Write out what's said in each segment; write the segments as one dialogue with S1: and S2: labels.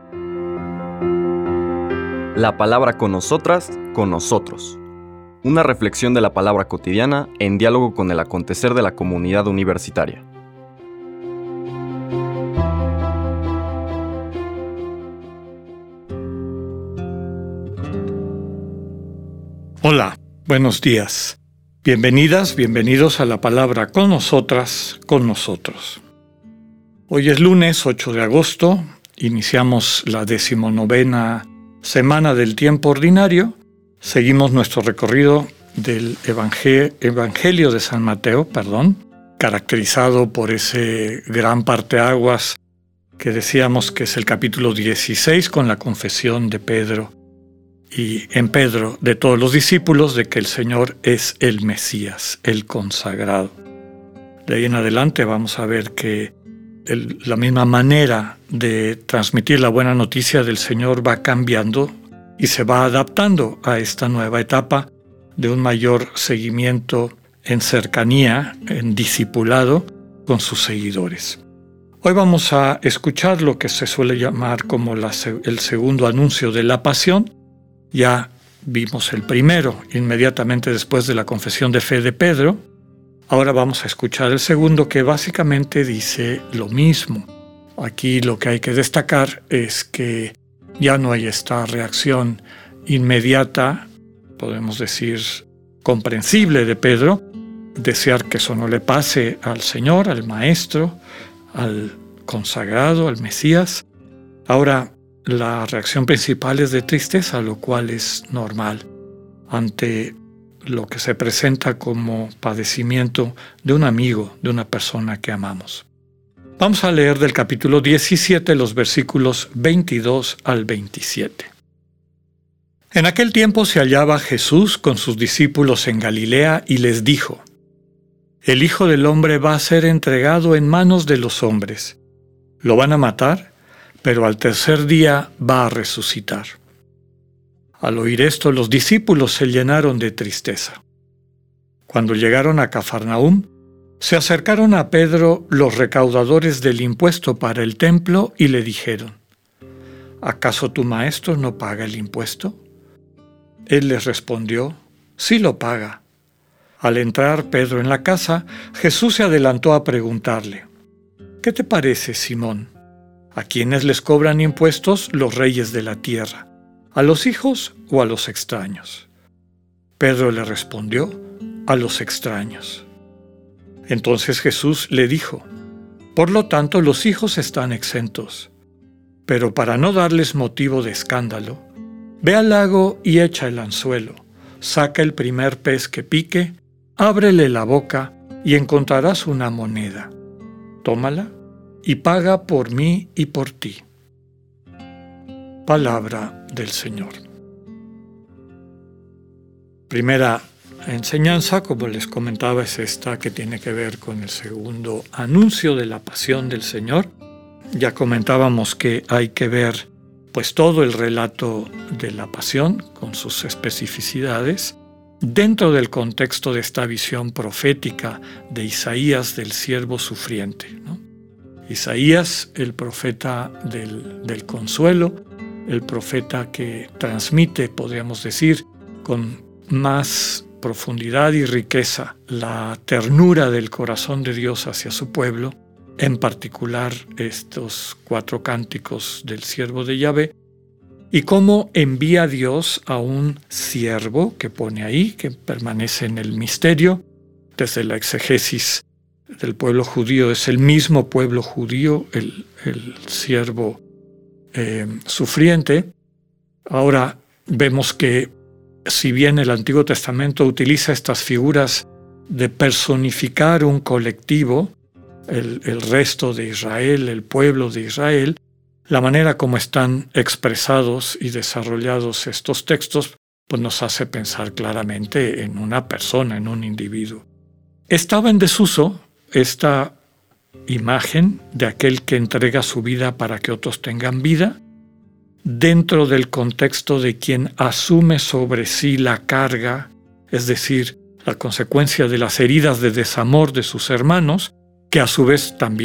S1: La palabra con nosotras, con nosotros. Una reflexión de la palabra cotidiana en diálogo con el acontecer de la comunidad universitaria.
S2: Hola, buenos días. Bienvenidas, bienvenidos a la palabra con nosotras, con nosotros. Hoy es lunes 8 de agosto, iniciamos la 19ª semana del tiempo ordinario, seguimos nuestro recorrido del Evangelio de San Mateo, caracterizado por ese gran parteaguas que decíamos que es el capítulo 16 con la confesión de Pedro y en Pedro de todos los discípulos de que el Señor es el Mesías, el consagrado. De ahí en adelante vamos a ver que la misma manera de transmitir la buena noticia del Señor va cambiando y se va adaptando a esta nueva etapa de un mayor seguimiento en cercanía, en discipulado con sus seguidores. Hoy vamos a escuchar lo que se suele llamar como el segundo anuncio de la pasión. Ya vimos el primero, inmediatamente después de la confesión de fe de Pedro. Ahora vamos a escuchar el segundo, que básicamente dice lo mismo. Aquí lo que hay que destacar es que ya no hay esta reacción inmediata, podemos decir comprensible de Pedro, desear que eso no le pase al Señor, al Maestro, al consagrado, al Mesías. Ahora, la reacción principal es de tristeza, lo cual es normal ante lo que se presenta como padecimiento de un amigo, de una persona que amamos. Vamos a leer del capítulo 17 los versículos 22 al 27. En aquel tiempo se hallaba Jesús con sus discípulos en Galilea y les dijo: El Hijo del Hombre va a ser entregado en manos de los hombres. Lo van a matar, pero al tercer día va a resucitar. Al oír esto, los discípulos se llenaron de tristeza. Cuando llegaron a Cafarnaúm, se acercaron a Pedro los recaudadores del impuesto para el templo y le dijeron: ¿Acaso tu maestro no paga el impuesto? Él les respondió: Sí lo paga. Al entrar Pedro en la casa, Jesús se adelantó a preguntarle: ¿Qué te parece, Simón? ¿A quiénes les cobran impuestos los reyes de la tierra? ¿A los hijos o a los extraños? Pedro le respondió: A los extraños. Entonces Jesús le dijo: Por lo tanto, los hijos están exentos. Pero para no darles motivo de escándalo, ve al lago y echa el anzuelo, saca el primer pez que pique, ábrele la boca y encontrarás una moneda. Tómala y paga por mí y por ti. Palabra del Señor. Primera enseñanza, como les comentaba, es esta que tiene que ver con el segundo anuncio de la pasión del Señor. Ya comentábamos que hay que ver pues todo el relato de la pasión con sus especificidades dentro del contexto de esta visión profética de Isaías del siervo sufriente, ¿no? Isaías, el profeta del consuelo, el profeta que transmite, podríamos decir, con más profundidad y riqueza la ternura del corazón de Dios hacia su pueblo, en particular estos 4 cánticos del siervo de Yahvé, y cómo envía Dios a un siervo que pone ahí, que permanece en el misterio. Desde la exegesis del pueblo judío, es el mismo pueblo judío, el siervo sufriente. Ahora vemos que si bien el Antiguo Testamento utiliza estas figuras de personificar un colectivo, el resto de Israel, el pueblo de Israel, la manera como están expresados y desarrollados estos textos, pues nos hace pensar claramente en una persona, en un individuo. Estaba en desuso esta imagen de aquel que entrega su vida para que otros tengan vida, dentro del contexto de quien asume sobre sí la carga, es decir, la consecuencia de las heridas de desamor de sus hermanos, que a su vez también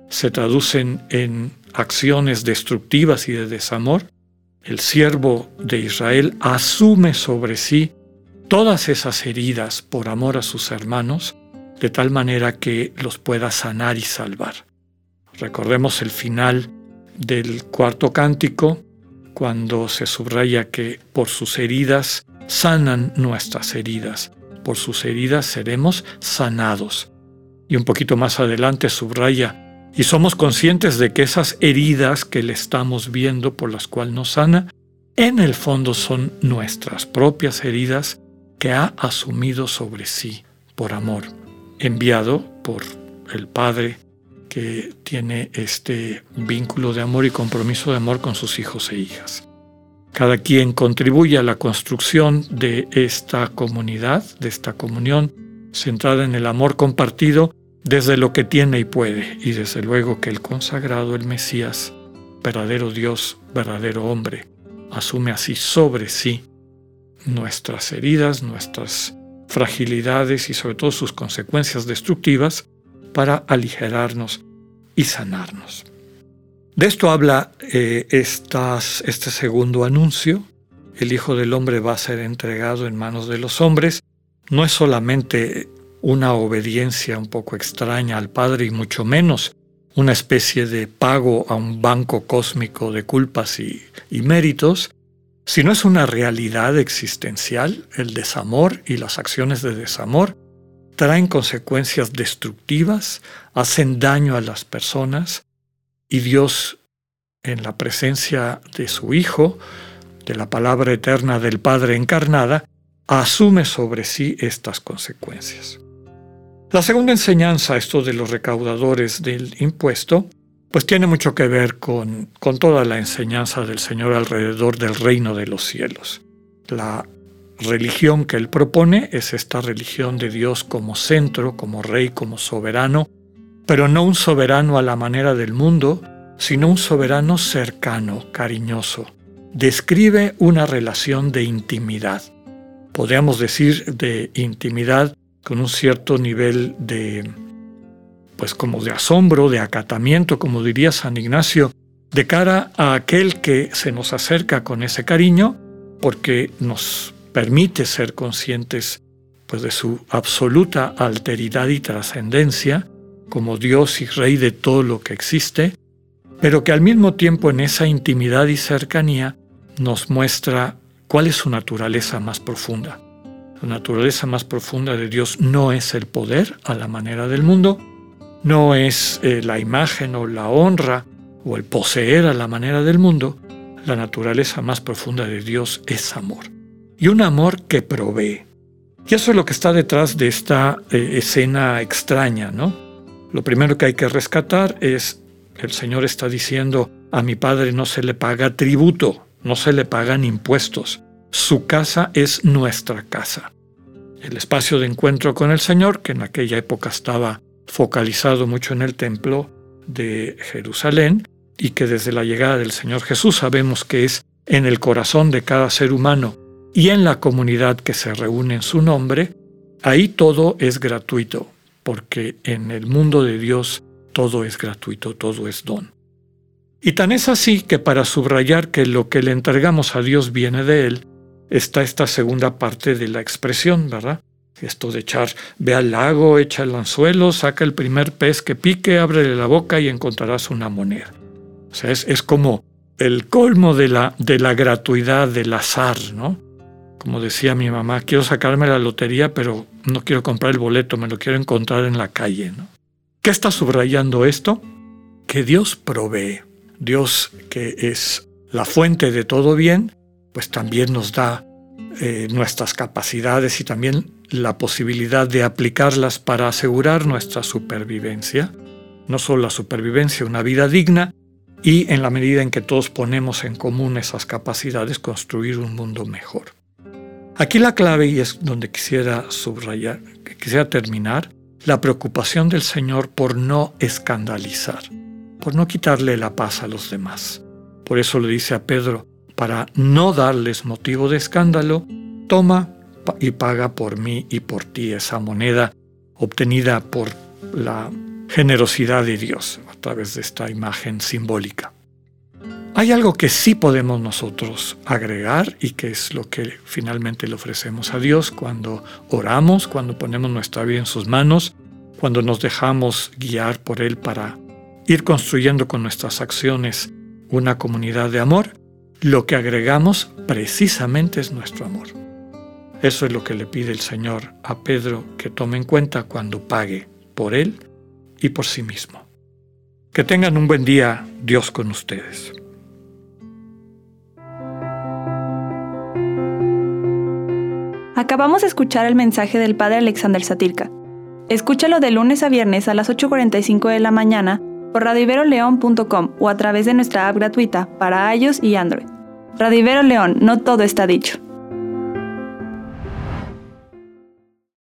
S2: se traducen en acciones destructivas y de desamor, el siervo de Israel asume sobre sí todas esas heridas por amor a sus hermanos, de tal manera que los pueda sanar y salvar. Recordemos el final del cuarto cántico, cuando se subraya que por sus heridas sanan nuestras heridas, por sus heridas seremos sanados. Y un poquito más adelante subraya, y somos conscientes de que esas heridas que le estamos viendo por las cuales nos sana, en el fondo son nuestras propias heridas que ha asumido sobre sí por amor, enviado por el Padre que tiene este vínculo de amor y compromiso de amor con sus hijos e hijas. Cada quien contribuye a la construcción de esta comunidad, de esta comunión, centrada en el amor compartido desde lo que tiene y puede, y desde luego que el consagrado, el Mesías, verdadero Dios, verdadero hombre, asume así sobre sí nuestras heridas, nuestras fragilidades y sobre todo sus consecuencias destructivas para aligerarnos y sanarnos. De esto habla este segundo anuncio. El Hijo del Hombre va a ser entregado en manos de los hombres. No es solamente una obediencia un poco extraña al Padre y mucho menos una especie de pago a un banco cósmico de culpas y méritos, sino es una realidad existencial. El desamor y las acciones de desamor traen consecuencias destructivas, hacen daño a las personas, y Dios, en la presencia de su Hijo, de la palabra eterna del Padre encarnada, asume sobre sí estas consecuencias. La segunda enseñanza, esto de los recaudadores del impuesto, pues tiene mucho que ver con toda la enseñanza del Señor alrededor del reino de los cielos. La religión que Él propone es esta religión de Dios como centro, como rey, como soberano, pero no un soberano a la manera del mundo, sino un soberano cercano, cariñoso. Describe una relación de intimidad. Podríamos decir de intimidad con un cierto nivel de, pues como de asombro, de acatamiento, como diría San Ignacio, de cara a aquel que se nos acerca con ese cariño, porque nos permite ser conscientes pues de su absoluta alteridad y trascendencia como Dios y Rey de todo lo que existe, pero que al mismo tiempo en esa intimidad y cercanía nos muestra cuál es su naturaleza más profunda. La naturaleza más profunda de Dios no es el poder a la manera del mundo, no es la imagen o la honra o el poseer a la manera del mundo. La naturaleza más profunda de Dios es amor, y un amor que provee. Y eso es lo que está detrás de esta escena extraña, ¿no? Lo primero que hay que rescatar es que el Señor está diciendo: a mi Padre no se le paga tributo, no se le pagan impuestos. Su casa es nuestra casa. El espacio de encuentro con el Señor, que en aquella época estaba focalizado mucho en el templo de Jerusalén, y que desde la llegada del Señor Jesús sabemos que es en el corazón de cada ser humano y en la comunidad que se reúne en su nombre, ahí todo es gratuito, porque en el mundo de Dios todo es gratuito, todo es don. Y tan es así que para subrayar que lo que le entregamos a Dios viene de Él, está esta segunda parte de la expresión, ¿verdad? Esto de echar, ve al lago, echa el anzuelo, saca el primer pez que pique, ábrele la boca y encontrarás una moneda. O sea, es como el colmo de la gratuidad, del azar, ¿no? Como decía mi mamá, quiero sacarme la lotería, pero no quiero comprar el boleto, me lo quiero encontrar en la calle, ¿no? ¿Qué está subrayando esto? Que Dios provee. Dios, que es la fuente de todo bien, pues también nos da nuestras capacidades y también la posibilidad de aplicarlas para asegurar nuestra supervivencia. No solo la supervivencia, una vida digna, y en la medida en que todos ponemos en común esas capacidades, construir un mundo mejor. Aquí la clave, y es donde quisiera subrayar, quisiera terminar, la preocupación del Señor por no escandalizar, por no quitarle la paz a los demás. Por eso le dice a Pedro, para no darles motivo de escándalo, toma y paga por mí y por ti esa moneda obtenida por la generosidad de Dios a través de esta imagen simbólica. Hay algo que sí podemos nosotros agregar y que es lo que finalmente le ofrecemos a Dios cuando oramos, cuando ponemos nuestra vida en sus manos, cuando nos dejamos guiar por Él para ir construyendo con nuestras acciones una comunidad de amor. Lo que agregamos precisamente es nuestro amor. Eso es lo que le pide el Señor a Pedro que tome en cuenta cuando pague por Él y por sí mismo. Que tengan un buen día, Dios con ustedes.
S3: Acabamos de escuchar el mensaje del Padre Alexander Satirka. Escúchalo de lunes a viernes a las 8:45 de la mañana por radioiveroleón.com o a través de nuestra app gratuita para iOS y Android. Radio Ibero León, no todo está dicho.